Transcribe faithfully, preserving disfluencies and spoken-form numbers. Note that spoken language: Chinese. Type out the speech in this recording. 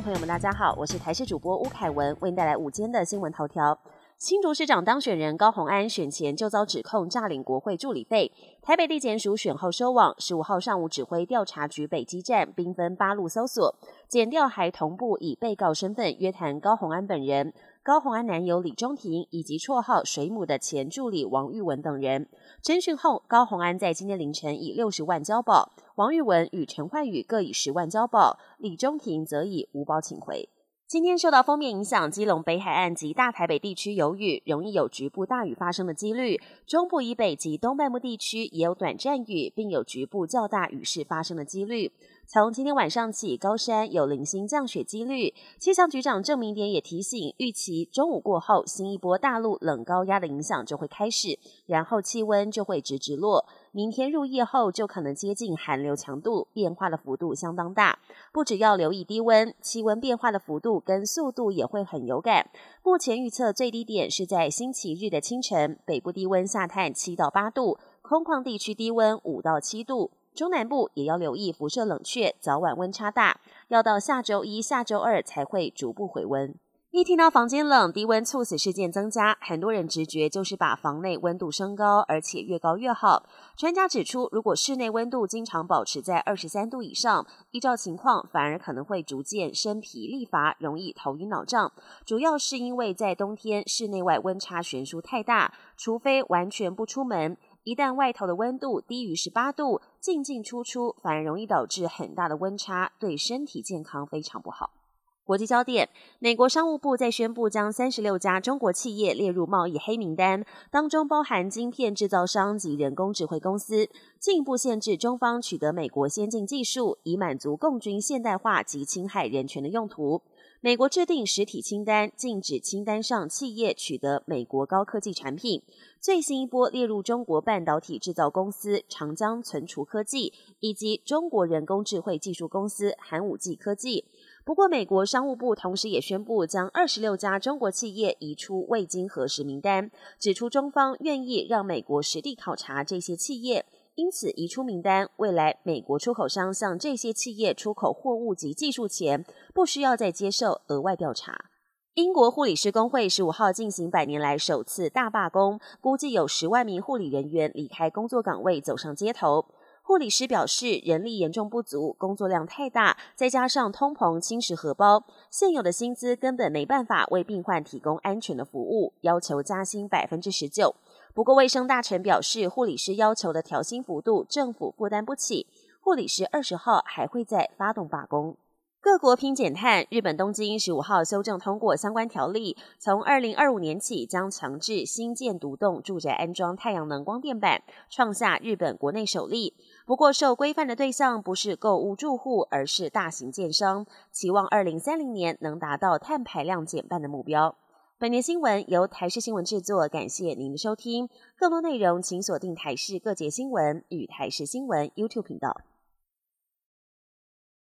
众朋友们，大家好，我是台视主播吴凯文，为您带来午间的新闻头条。新竹市长当选人高虹安选前就遭指控诈领国会助理费，台北地检署选后收网，十五号上午指挥调查局北基站兵分八路搜索，检调还同步以被告身份约谈高虹安本人、高虹安男友李中庭以及绰号水母的前助理王玉文等人。侦讯后，高虹安在今天凌晨以六十万交保，王玉文与陈焕宇各以十万交保，李中庭则以无保请回。今天受到锋面影响，基隆北海岸及大台北地区有雨，容易有局部大雨发生的几率。中部以北及东半部地区也有短暂雨，并有局部较大雨势发生的几率。从今天晚上起，高山有零星降雪几率。气象局长郑明典也提醒，预期中午过后，新一波大陆冷高压的影响就会开始，然后气温就会直直落。明天入夜后就可能接近寒流强度，变化的幅度相当大。不只要留意低温，气温变化的幅度跟速度也会很有感。目前预测最低点是在星期日的清晨，北部低温下探七到八度，空旷地区低温五到七度。中南部也要留意辐射冷却，早晚温差大，要到下周一、下周二才会逐步回温。一听到房间冷，低温猝死事件增加，很多人直觉就是把房内温度升高，而且越高越好。专家指出，如果室内温度经常保持在二十三度以上，依照情况反而可能会逐渐身疲力乏，容易头晕脑胀。主要是因为在冬天室内外温差悬殊太大，除非完全不出门，一旦外头的温度低于十八度，进进出出反而容易导致很大的温差，对身体健康非常不好。国际焦点，美国商务部在宣布将三十六家中国企业列入贸易黑名单，当中包含晶片制造商及人工智慧公司，进一步限制中方取得美国先进技术，以满足共军现代化及侵害人权的用途。美国制定实体清单，禁止清单上企业取得美国高科技产品。最新一波列入中国半导体制造公司长江存储科技以及中国人工智慧技术公司寒武纪科技。不过，美国商务部同时也宣布将二十六家中国企业移出未经核实名单，指出中方愿意让美国实地考察这些企业，因此移出名单，未来美国出口商向这些企业出口货物及技术前，不需要再接受额外调查。英国护理师工会十五号进行百年来首次大罢工，估计有十万名护理人员离开工作岗位走上街头。护理师表示，人力严重不足，工作量太大，再加上通膨侵蚀荷包，现有的薪资根本没办法为病患提供安全的服务，要求加薪 百分之十九。不过卫生大臣表示，护理师要求的调薪幅度政府负担不起，护理师二十号还会再发动罢工。各国拼减碳，日本东京十五号修正通过相关条例，从二零二五年起将强制新建独栋住宅安装太阳能光电板，创下日本国内首例。不过受规范的对象不是购屋住户，而是大型建商，期望二零三零年能达到碳排量减半的目标。本年新闻由台视新闻制作，感谢您的收听。更多内容请锁定台视各节新闻与台视新闻 YouTube 频道。